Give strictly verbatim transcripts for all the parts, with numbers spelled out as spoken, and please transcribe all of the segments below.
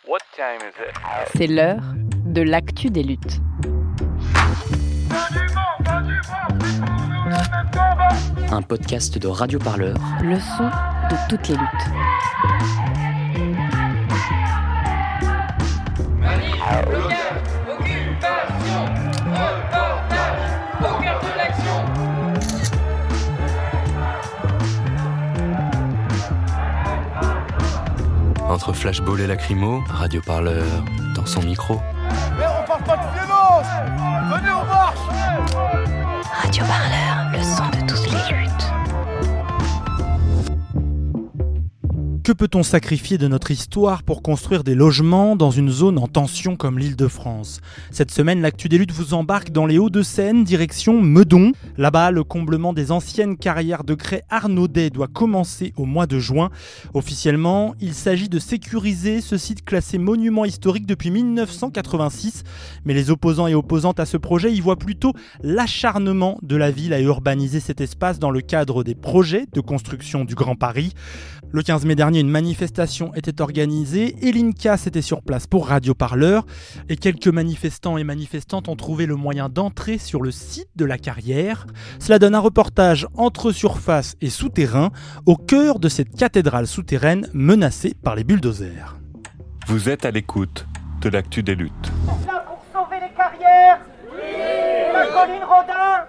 What time is it? C'est l'heure de l'actu des luttes. Un podcast de Radio Parleur. Le son de toutes les luttes. Manif, blocage, occupation, reportage, au cœur de l'action. Entre flashball et lacrymo, Radio Parleur dans son micro. Mais on parle pas de violence! Venez, on marche! Radio Parleur, le son de toutes les luttes. Que peut-on sacrifier de notre histoire pour construire des logements dans une zone en tension comme l'Île-de-France ? Cette semaine, l'actu des luttes vous embarque dans les Hauts-de-Seine, direction Meudon. Là-bas, le comblement des anciennes carrières de craie Arnaudet doit commencer au mois de juin. Officiellement, il s'agit de sécuriser ce site classé monument historique depuis mille neuf cent quatre-vingt-six. Mais les opposants et opposantes à ce projet y voient plutôt l'acharnement de la ville à urbaniser cet espace dans le cadre des projets de construction du Grand Paris. Le quinze mai dernier, une manifestation était organisée et l'I N C A S était sur place pour Radio Parleur. Et quelques manifestants et manifestantes ont trouvé le moyen d'entrer sur le site de la carrière. Cela donne un reportage entre surface et souterrain au cœur de cette cathédrale souterraine menacée par les bulldozers. Vous êtes à l'écoute de l'actu des luttes. Là pour sauver les carrières! Oui! La colline Rodin!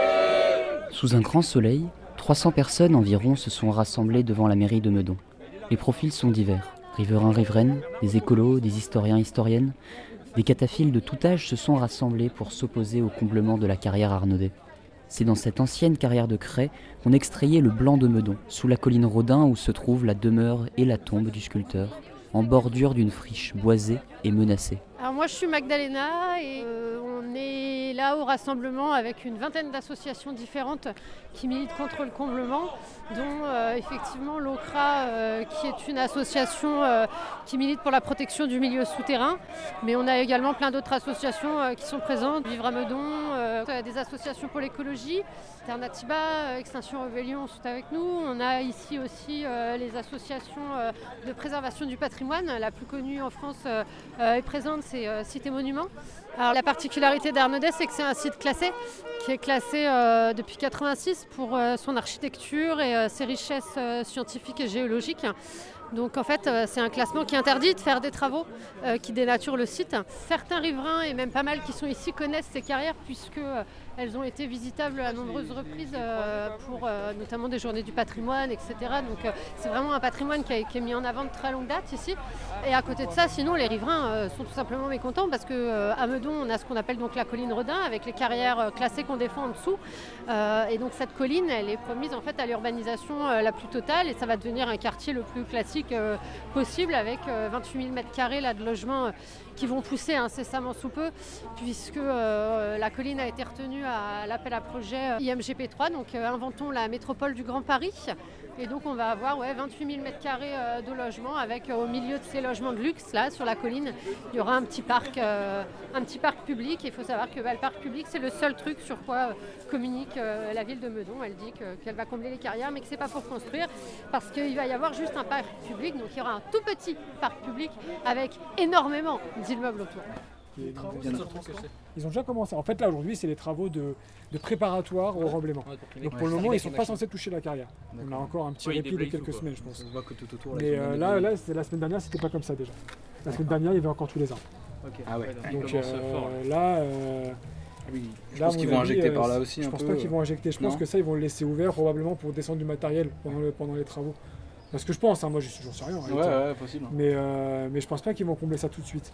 Oui! Sous un grand soleil, trois cents personnes environ se sont rassemblées devant la mairie de Meudon. Les profils sont divers. Riverains, riveraines, des écolos, des historiens, historiennes. Des cataphiles de tout âge se sont rassemblés pour s'opposer au comblement de la carrière Arnaudet. C'est dans cette ancienne carrière de craie qu'on extrayait le blanc de Meudon, sous la colline Rodin où se trouve la demeure et la tombe du sculpteur, en bordure d'une friche boisée et menacée. Alors moi je suis Magdalena et euh, on est là au rassemblement avec une vingtaine d'associations différentes qui militent contre le comblement, dont euh, effectivement l'O C R A euh, qui est une association euh, qui milite pour la protection du milieu souterrain, mais on a également plein d'autres associations euh, qui sont présentes, Vivre à Meudon, euh, des associations pour l'écologie, Alternatiba, euh, Extinction Rebellion sont avec nous, on a ici aussi euh, les associations euh, de préservation du patrimoine, la plus connue en France euh, euh, est présente, c'est euh, Cité Monument. Alors, la particularité d'Arnaudet, c'est que c'est un site classé, qui est classé euh, depuis quatre-vingt-six pour euh, son architecture et euh, ses richesses euh, scientifiques et géologiques. Donc en fait, euh, c'est un classement qui interdit de faire des travaux euh, qui dénaturent le site. Certains riverains, et même pas mal qui sont ici, connaissent ces carrières puisque euh, elles ont été visitables à nombreuses reprises euh, pour euh, notamment des journées du patrimoine, et cetera. Donc euh, c'est vraiment un patrimoine qui, a, qui est mis en avant de très longue date ici. Et à côté de ça, sinon les riverains euh, sont tout simplement mécontents parce qu'à euh, Meudon, on a ce qu'on appelle donc la colline Rodin avec les carrières euh, classées qu'on défend en dessous. Euh, et donc cette colline, elle est promise en fait à l'urbanisation euh, la plus totale et ça va devenir un quartier le plus classique Euh, possible avec euh, vingt-huit mille mètres carrés là, de logements euh, qui vont pousser incessamment sous peu puisque euh, la colline a été retenue à l'appel à projet euh, I M G P trois, donc euh, inventons la métropole du Grand Paris. Et donc on va avoir ouais, vingt-huit mille mètres carrés euh, de logements avec euh, au milieu de ces logements de luxe là sur la colline, il y aura un petit parc, euh, un petit parc public. Il faut savoir que bah, le parc public c'est le seul truc sur quoi euh, communique euh, la ville de Meudon. Elle dit que, qu'elle va combler les carrières mais que c'est pas pour construire parce qu'il va y avoir juste un parc public, donc il y aura un tout petit parc public avec énormément d'immeubles autour. Les travaux, ils ont déjà commencé. En fait, là, aujourd'hui, c'est les travaux de, de préparatoire au remblaiement. Donc, pour le moment, ils ne sont pas censés toucher la carrière. On a encore un petit répit de quelques semaines, je pense. Mais euh, là, là la semaine dernière, c'était pas comme ça déjà. La semaine dernière, il y avait encore tous les arbres. Ah ouais. Donc euh, là, euh, oui. Je là, pense qu'ils vont avis, injecter euh, par là aussi. Je un pense peu. pas qu'ils vont injecter. Je pense non. que ça, ils vont le laisser ouvert probablement pour descendre du matériel pendant, le, pendant les travaux. Parce que je pense, hein, moi, j'en sais rien. En ouais, ouais, possible. Mais, euh, mais je pense pas qu'ils vont combler ça tout de suite.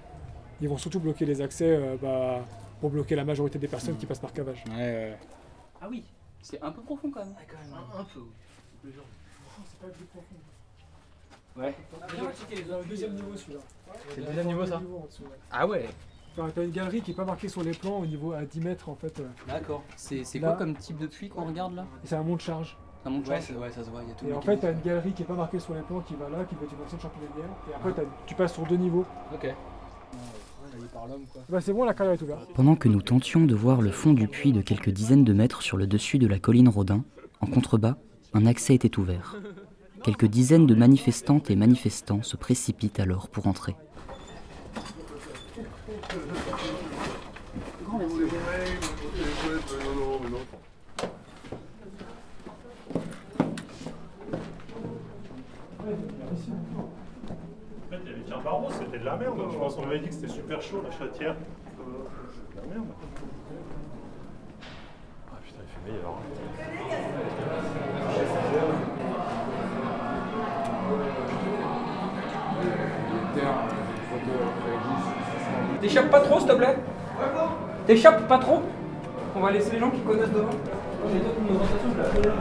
Ils vont surtout bloquer les accès euh, bah, pour bloquer la majorité des personnes mmh. qui passent par cavage. Ouais, ouais. Ah oui, c'est un peu profond quand même. Ah, quand même un, un peu. Le genre, c'est pas le plus profond. Ouais. C'est le deuxième niveau celui-là. C'est le deuxième niveau ça niveau, dessous, ouais. Ah ouais. Enfin, t'as une galerie qui n'est pas marquée sur les plans au niveau à dix mètres en fait. Euh. D'accord. C'est, c'est là, quoi comme type de puits qu'on regarde là? C'est un monte charge. Un monte charge, ouais, ça se voit. Y a tout et en fait, t'as une galerie qui n'est pas marquée sur les plans qui va là, qui va être une ancienne championnière. Et après, t'as, tu passes sur deux niveaux. Ok. Par l'homme, quoi. Bah, c'est bon, la carrière est ouverte. Pendant que nous tentions de voir le fond du puits de quelques dizaines de mètres sur le dessus de la colline Rodin, en contrebas, un accès était ouvert. Quelques dizaines de manifestantes et manifestants se précipitent alors pour entrer. En fait, il y avait qu'un barreau, c'était de la merde. Je pense qu'on m'avait dit que c'était super chaud, la chatière. De la merde. Ah putain, il fait meilleur. T'échappes pas trop, s'il te plaît. T'échappes pas trop. On va laisser les gens qui connaissent devant. J'ai d'autres une orientation, je la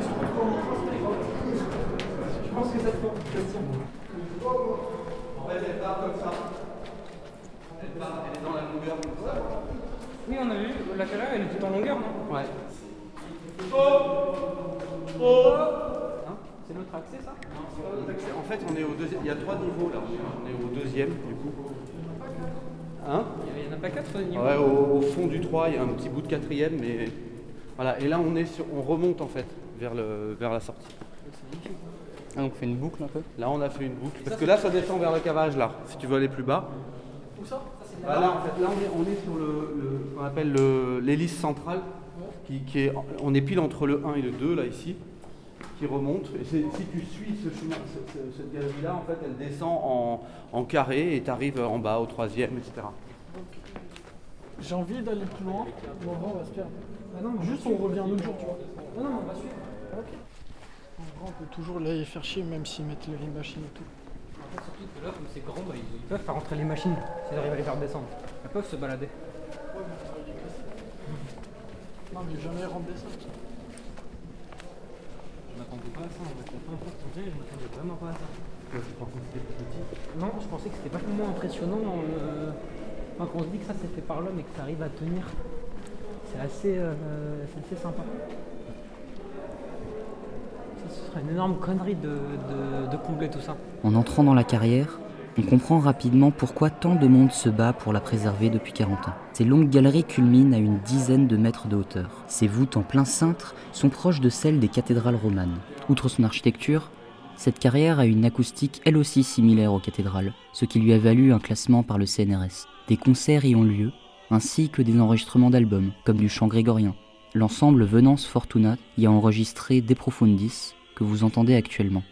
Je pense que ça te faut. En fait, elle part comme ça. Elle part, elle est dans la longueur comme ça. Oui, on a vu, la chaleur, elle est tout en longueur, non? Ouais. Hein? C'est notre accès, ça? Non, c'est pas notre accès. En fait, on est au deuxième. Il y a trois niveaux là. On est au deuxième, du coup. Hein? Il n'y en a pas quatre niveaux? Ouais, au, au fond du trois, il y a un petit bout de quatrième, mais voilà. Et là, on est sur, on remonte en fait vers le, vers la sortie. Ah, on fait une boucle un peu? Là, on a fait une boucle, parce que là, ça descend vers le cavage là. Si tu veux aller plus bas. Où ça? Bah, là, en fait, là, on est, on est sur le, le ce qu'on appelle le, l'hélice centrale, qui, qui est, on est pile entre le un et le deux là ici, qui remonte. Et si tu suis ce chemin, cette, cette galerie-là, en fait, elle descend en, en carré et tu arrives en bas au troisième, et cetera. J'ai envie d'aller plus loin. Bon, on va se perdre. Ah non, juste on revient un autre jour, tu vois. Non, non, on va suivre. Ok. En vrai, on peut toujours les faire chier, même s'ils mettent les machines et tout. En fait, surtout que là, comme c'est grand, bah, ils, ils peuvent faire rentrer les machines s'ils arrivent à les faire descendre. Elles peuvent se balader. Non, mais jamais rentrer ça. Je m'attendais pas à ça en fait. La première fois que tu viens, je m'attendais vraiment pas à ça. Ouais, tu pensais que c'était petit? Non, je pensais que c'était vachement impressionnant. Euh... Enfin, qu'on se dit que ça c'est fait par l'homme et que ça arrive à tenir. C'est assez, euh, c'est assez sympa. Ça, ce serait une énorme connerie de, de, de combler tout ça. En entrant dans la carrière, on comprend rapidement pourquoi tant de monde se bat pour la préserver depuis quarante ans. Ces longues galeries culminent à une dizaine de mètres de hauteur. Ces voûtes en plein cintre sont proches de celles des cathédrales romanes. Outre son architecture, cette carrière a une acoustique elle aussi similaire aux cathédrales, ce qui lui a valu un classement par le C N R S. Des concerts y ont lieu, ainsi que des enregistrements d'albums, comme du chant grégorien. L'ensemble Venance Fortuna y a enregistré De Profundis, que vous entendez actuellement.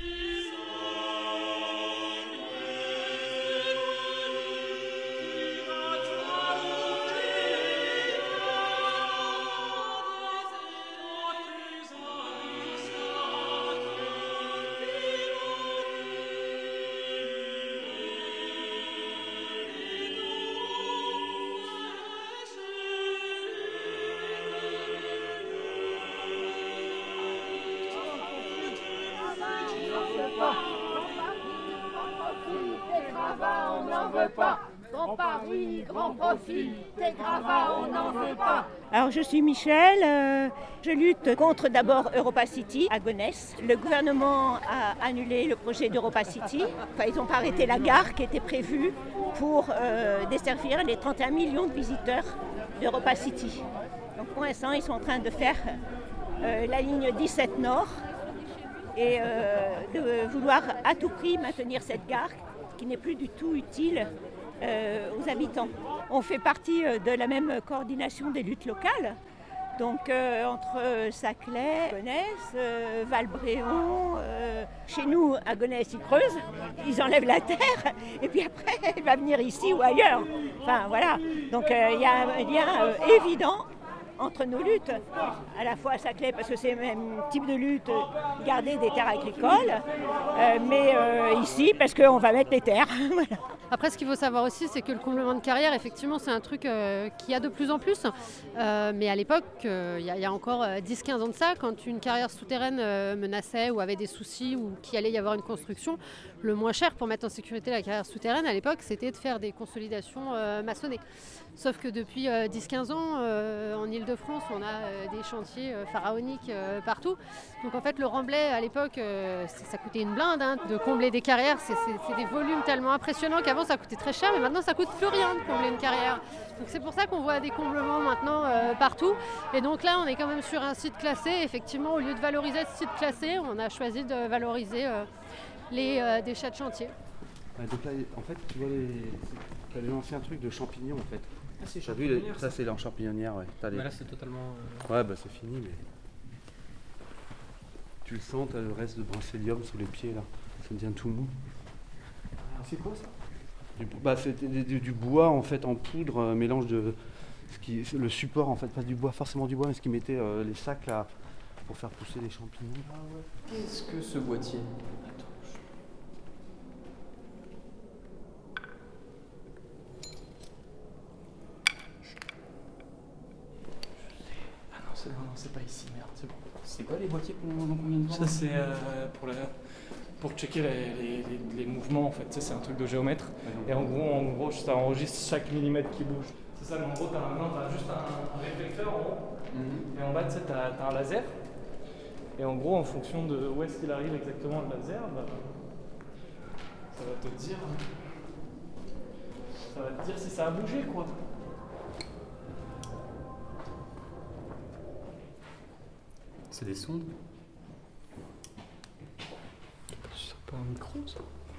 Alors je suis Michel, euh, je lutte contre d'abord EuropaCity à Gonesse. Le gouvernement a annulé le projet d'EuropaCity. Enfin, ils n'ont pas arrêté la gare qui était prévue pour euh, desservir les trente et un millions de visiteurs d'EuropaCity. Donc pour l'instant, ils sont en train de faire euh, la ligne dix-sept Nord et euh, de vouloir à tout prix maintenir cette gare qui n'est plus du tout utile euh, aux habitants. On fait partie euh, de la même coordination des luttes locales, donc euh, entre Saclay, Gonesse, euh, Valbréon. Euh, chez nous, à Gonesse, ils creusent, ils enlèvent la terre, et puis après, il va venir ici ou ailleurs. Enfin voilà, donc il euh, y a un lien euh, évident entre nos luttes, à la fois à Saclay parce que c'est le même type de lutte, garder des terres agricoles, euh, mais euh, ici parce qu'on va mettre les terres. Voilà. Après, ce qu'il faut savoir aussi, c'est que le comblement de carrière, effectivement, c'est un truc euh, qu'il y a de plus en plus. Euh, mais à l'époque, euh, il y, y a encore dix quinze ans de ça, quand une carrière souterraine euh, menaçait ou avait des soucis ou qu'il allait y avoir une construction, le moins cher pour mettre en sécurité la carrière souterraine à l'époque, c'était de faire des consolidations euh, maçonnées. Sauf que depuis euh, dix à quinze ans, euh, en Ile-de-France, on a euh, des chantiers euh, pharaoniques euh, partout. Donc en fait, le remblai, à l'époque, euh, ça coûtait une blinde hein, de combler des carrières. C'est, c'est, c'est des volumes tellement impressionnants qu'avant, ça coûtait très cher, mais maintenant, ça coûte plus rien de combler une carrière. Donc c'est pour ça qu'on voit des comblements maintenant euh, partout. Et donc là, on est quand même sur un site classé. Effectivement, au lieu de valoriser ce site classé, on a choisi de valoriser euh, les euh, déchets de chantier. Ouais, donc là, en fait, tu vois les, c'est les anciens trucs de champignons, en fait. Ah, c'est T'as vu, les, ça, c'est en champignonnière, ouais. T'as les... Mais là, c'est totalement... Euh... Ouais, bah c'est fini, mais... Tu le sens, t'as le reste de bracélium sous les pieds, là. Ça devient tout mou. C'est quoi, ça? Du, bah, c'est du, du bois, en fait, en poudre, euh, mélange de... Ce qui, le support, en fait, pas du bois, forcément du bois, mais ce qui mettait euh, les sacs, là, pour faire pousser les champignons. Ah ouais. Qu'est-ce que ce boîtier? Attends. Ah non, c'est, non, non, c'est pas ici, merde, c'est bon. C'est quoi les boîtiers qu'on, qu'on vient de voir? Ça, c'est euh, pour, la, pour checker les, les, les, les mouvements, en fait. Ça, c'est un truc de géomètre. Ouais, et en gros, en gros, ça enregistre chaque millimètre qui bouge. C'est ça, mais en gros, t'as, un, non, t'as juste un, un réflecteur en haut. Mm-hmm. Et en bas, tu sais, t'as, t'as un laser. Et en gros, en fonction de où est-ce qu'il arrive exactement le laser, bah, ça va te dire. Ça va te dire si ça a bougé, quoi. C'est des sondes. C'est pas un micro, ça?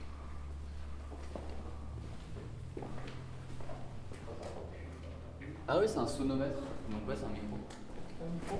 Ah oui, c'est un sonomètre. Donc ouais, c'est un micro. Un micro.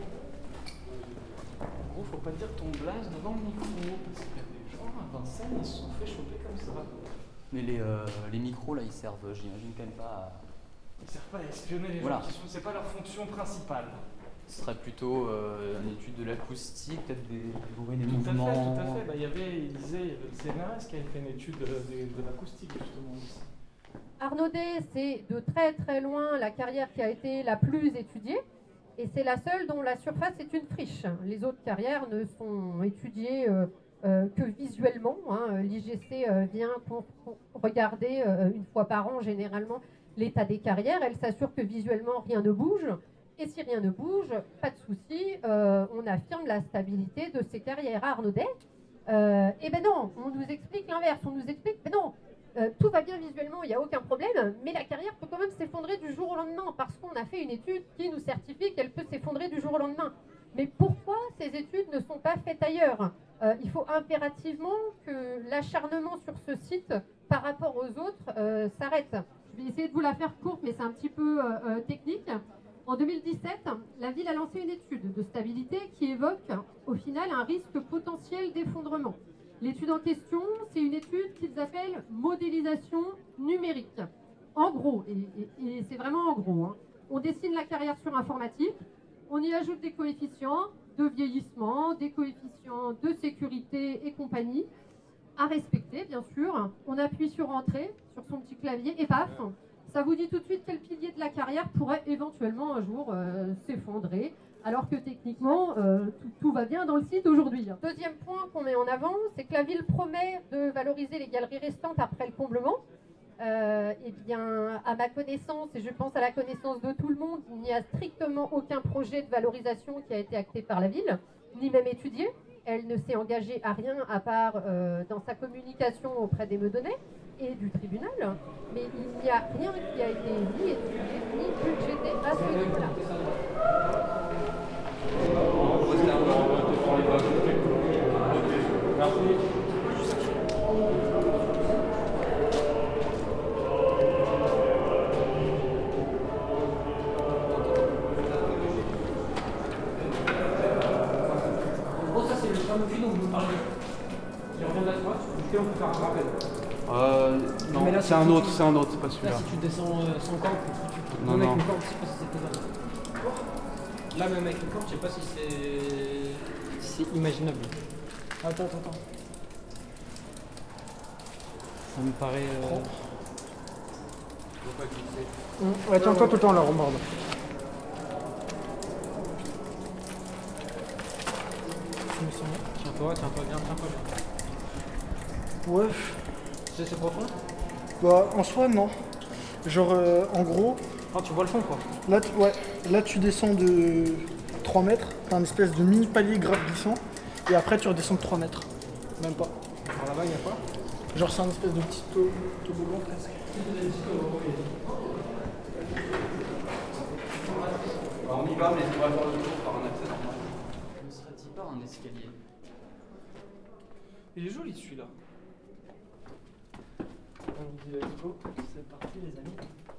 En gros, faut pas dire ton blaze devant le micro, parce qu'il y a des gens à Vincennes, ils se sont fait choper comme ça. Mais les, euh, les micros, là, ils servent, j'imagine, quand même pas à... Ils servent pas à espionner les voilà. gens qui sont... C'est pas leur fonction principale. Ce serait plutôt euh, une étude de l'acoustique, peut-être des, des tout mouvements... À fait, tout à fait. Bah, il y avait, il disait, il y avait le C N R S qui avait fait une étude de, de, de l'acoustique, justement, ici. Arnaudet, c'est de très très loin la carrière qui a été la plus étudiée. Et c'est la seule dont la surface est une friche. Les autres carrières ne sont étudiées euh, euh, que visuellement. Hein. L'I G C euh, vient pour, pour regarder euh, une fois par an généralement l'état des carrières. Elle s'assure que visuellement rien ne bouge. Et si rien ne bouge, pas de souci, euh, on affirme la stabilité de ces carrières. À Arnaudet, euh, eh ben non, on nous explique l'inverse. On nous explique, ben non, Euh, tout va bien visuellement, il n'y a aucun problème, mais la carrière peut quand même s'effondrer du jour au lendemain, parce qu'on a fait une étude qui nous certifie qu'elle peut s'effondrer du jour au lendemain. Mais pourquoi ces études ne sont pas faites ailleurs ? euh, Il faut impérativement que l'acharnement sur ce site par rapport aux autres euh, s'arrête. Je vais essayer de vous la faire courte, mais c'est un petit peu euh, euh, technique. En deux mille dix-sept, la ville a lancé une étude de stabilité qui évoque au final un risque potentiel d'effondrement. L'étude en question, c'est une étude qu'ils appellent modélisation numérique. En gros, et, et, et c'est vraiment en gros, hein, on dessine la carrière sur informatique, on y ajoute des coefficients de vieillissement, des coefficients de sécurité et compagnie, à respecter bien sûr. On appuie sur Entrée, sur son petit clavier, et paf, ça vous dit tout de suite quel pilier de la carrière pourrait éventuellement un jour euh, s'effondrer. Alors que techniquement, euh, tout, tout va bien dans le site aujourd'hui. Deuxième point qu'on met en avant, c'est que la ville promet de valoriser les galeries restantes après le comblement. Euh, eh bien, à ma connaissance, et je pense à la connaissance de tout le monde, il n'y a strictement aucun projet de valorisation qui a été acté par la ville, ni même étudié. Elle ne s'est engagée à rien à part euh, dans sa communication auprès des Meudonnais et du tribunal. Mais il n'y a rien qui a été ni étudié, ni budgété à ce niveau-là. En gros, ça c'est le fameux fil dont vous me parlez. Il revient à toi, tu peux on peut faire un rappel. Euh, non, là, c'est un autre, c'est un autre, c'est pas celui-là. Là, si tu descends euh, sans corde, tu peux. Non, même non. avec une corde, je sais pas si c'est faisable. Là, même avec une corde, je sais pas si c'est. Si c'est imaginable. Attends, attends, attends. Ça me paraît. Euh... Mmh. Ouais, tiens-toi tout le temps là, remorde. Tiens-toi, tiens-toi bien, tiens-toi bien. Ouais. Tu sais c'est profond? Bah en soi non. Genre euh, en gros. Ah tu vois le fond quoi. Là tu, ouais, là tu descends de trois mètres, t'as une espèce de mini palier grave glissant, et après tu redescends de trois mètres. Même pas. Alors là-bas il y a quoi? Genre c'est un espèce de petit to- toboggan presque. Alors, on y va mais on va faire le tour par un accès normal. Ne serait-il pas un escalier? Il est joli celui-là. On vous dit let's go, c'est parti les amis.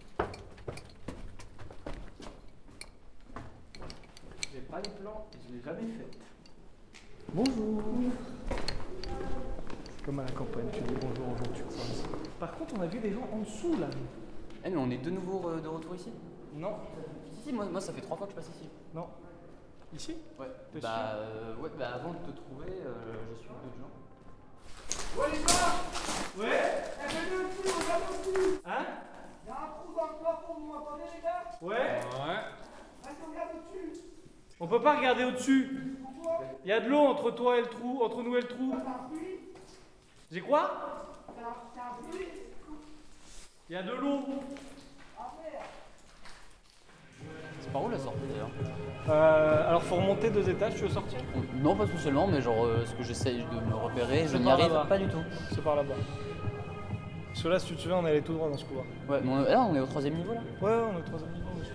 J'ai pas les plans et je l'ai jamais fait. Bonjour. Comme à la campagne, tu dis bonjour aux gens, tu croises. Par contre, on a vu des gens en dessous là. Eh mais on est de nouveau euh, de retour ici? Non. Si, si, moi, moi ça fait trois fois que je passe ici. Non. Ici? Ouais. T'es Bah, sûr euh, ouais, bah avant de te trouver, euh, je suis d'autres gens. Ouais les gars. Ouais. Eh venez au-dessus, regarde au-dessus. Hein? Y'a un trou dans le plafond, vous m'entendez les gars? Ouais. Ouais. Allez, on regarde au-dessus. On peut pas regarder au-dessus. Pourquoi? Il y a de l'eau entre toi et le trou, entre nous et le trou. C'est un puits. J'ai quoi? C'est un, c'est un puits. Il y a de l'eau. Ah merde. C'est par où la sortie d'ailleurs? Euh, alors faut remonter deux étages, tu veux sortir? Non, pas spécialement, mais genre euh, ce que j'essaye de me repérer, je C'est n'y par arrive là-bas. pas du tout. C'est par là-bas. Parce que là, si tu te souviens, on est allé tout droit dans ce couloir. Ouais, mais on, là on est au troisième niveau là? Ouais, ouais, on est au troisième niveau. monsieur.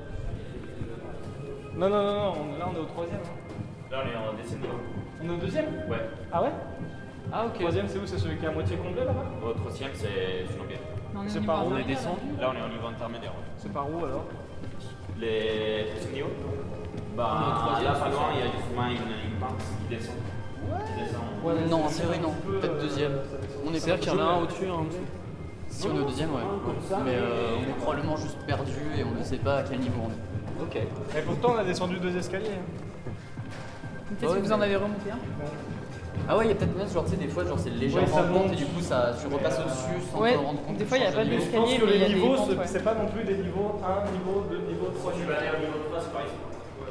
Non, non, non, non, on- là on est au troisième. hein. Là, on est en deuxième niveau. On est au deuxième? Ouais. Ah ouais? Ah ok. Troisième, c'est où? C'est celui qui est à moitié comblé là-bas? Au troisième, c'est sur l'enquête. C'est par où? On est descendu. Là, on est au niveau intermédiaire. Ouais. C'est par où alors? Les troisième niveau Bah, là, pas loin, il y a justement une, une pente qui descend. Qui descend. Ouais, non, c'est vrai, non. Peut-être deuxième. On est C'est-à-dire qu'il y en a un au-dessus, un en dessous? Si on est au deuxième, ouais. Mais euh, on est probablement juste perdu et on ne sait pas à quel niveau on est. Ok. Et pourtant, on a descendu deux escaliers. hein. Peut-être que vous en avez remonté un? Ah ouais, il y a peut-être même, genre, tu sais, des fois, genre, c'est légèrement Ouais, ça en pente monte. et du coup, ça, tu repasses au-dessus sans Ouais, te rendre compte. des fois, il y a tu pas changes de niveau. Je pense escalier, que mais il y les a des niveaux, pentes, c'est ouais. c'est pas non plus des niveaux un, niveau deux, niveau trois. Tu vas aller au niveau trois, c'est par ici.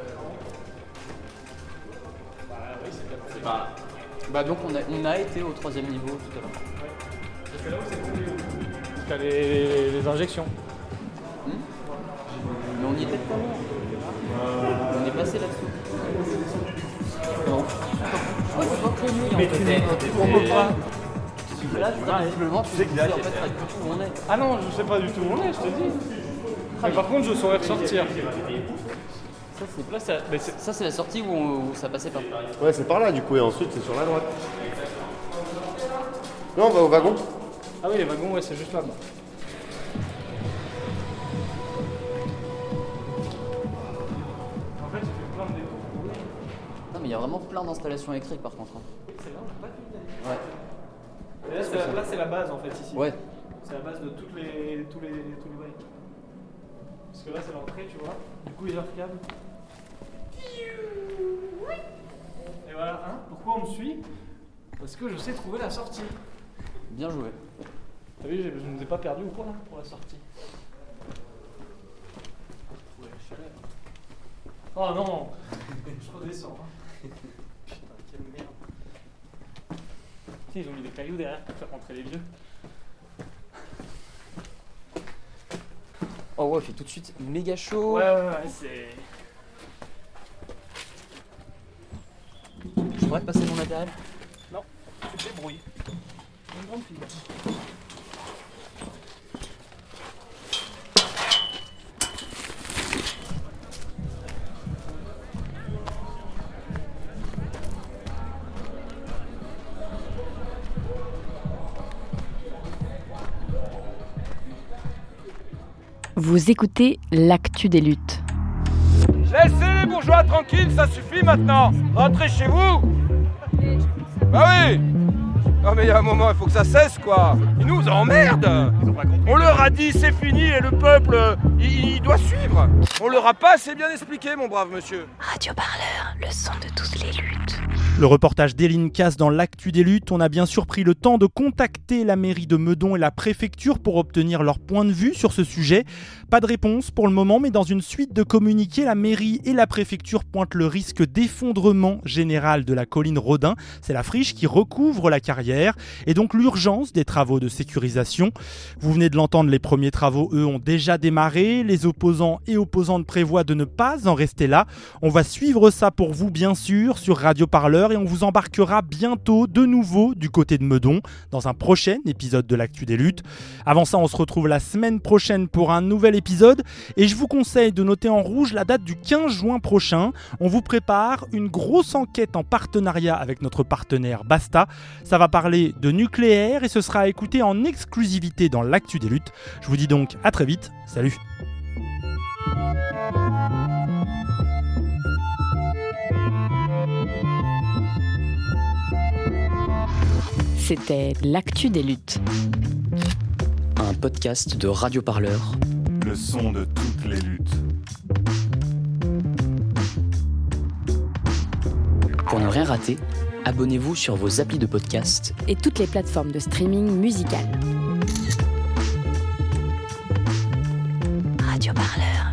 Bah oui, c'est bien. C'est par là. Bah donc, on a, on a été au troisième niveau tout à l'heure. Parce que là où c'est comblé. Parce qu'il y a les, les injections. Mais on y était pas loin. On est passé là-dessous. Non. Je crois que c'est pas connu. Mais en tu fait. n'es- Pourquoi? Là, visiblement, tu sais que là, en fait, pas du tout où on est. Ah non, je sais pas du tout où on est, je te dis. Mais par contre, je saurais ressortir. Ça, c'est là, ça, mais c'est- ça, c'est la sortie où, on- où ça passait pas. Ouais, c'est par là du coup, et ensuite c'est sur la droite. Non, on va au wagon. Ah oui, les wagons, ouais, c'est juste là-bas. En fait, j'ai fait plein de détours. Non, mais il y a vraiment plein d'installations électriques par contre. hein. C'est là, on n'a pas fini d'aller. Ouais. Et là, c'est la, là, c'est la base en fait, ici. Ouais. C'est la base de toutes les, tous, les, tous les bails. Parce que là, c'est l'entrée, tu vois. Du coup, il y a leur câble. Et voilà, hein, pourquoi on me suit? Parce que je sais trouver la sortie. Bien joué. T'as vu, je je ne vous ai pas perdu ou quoi là pour la sortie? Ouais, je suis là. Oh non. Je redescends. hein. Putain, quelle merde. Si, ils ont mis des cailloux derrière pour faire rentrer les vieux. Oh ouais, il fait tout de suite méga chaud. Ouais, ouais, ouais, c'est. Je pourrais te passer mon matériel? Non, tu te débrouilles. Une grande fille. Vous écoutez l'actu des luttes. Laissez les bourgeois tranquilles, ça suffit maintenant. Rentrez chez vous. Bah oui. Non mais il y a un moment, il faut que ça cesse quoi. Ils nous emmerdent. On leur a dit c'est fini et le peuple, il, il doit suivre. On leur a pas assez bien expliqué, mon brave monsieur. Radio Parleur, le son de toutes les luttes. Le reportage d'Eline Casse dans l'actu des luttes. On a bien sûr pris le temps de contacter la mairie de Meudon et la préfecture pour obtenir leur point de vue sur ce sujet. Pas de réponse pour le moment, mais dans une suite de communiqués, la mairie et la préfecture pointent le risque d'effondrement général de la colline Rodin. C'est la friche qui recouvre la carrière et donc l'urgence des travaux de sécurisation. Vous venez de l'entendre, les premiers travaux, eux, ont déjà démarré. Les opposants et opposantes prévoient de ne pas en rester là. On va suivre ça pour vous, bien sûr, sur Radio Parleur et on vous embarquera bientôt de nouveau du côté de Meudon dans un prochain épisode de l'actu des luttes. Avant ça, on se retrouve la semaine prochaine pour un nouvel épisode et je vous conseille de noter en rouge la date du quinze juin prochain. On vous prépare une grosse enquête en partenariat avec notre partenaire Basta. Ça va parler de nucléaire et ce sera à écouter en exclusivité dans l'actu des luttes. Je vous dis donc à très vite. Salut. C'était l'actu des luttes. Un podcast de Radio Parleur. Le son de toutes les luttes. Pour ne rien rater, abonnez-vous sur vos applis de podcast et toutes les plateformes de streaming musical. Radio Parleur.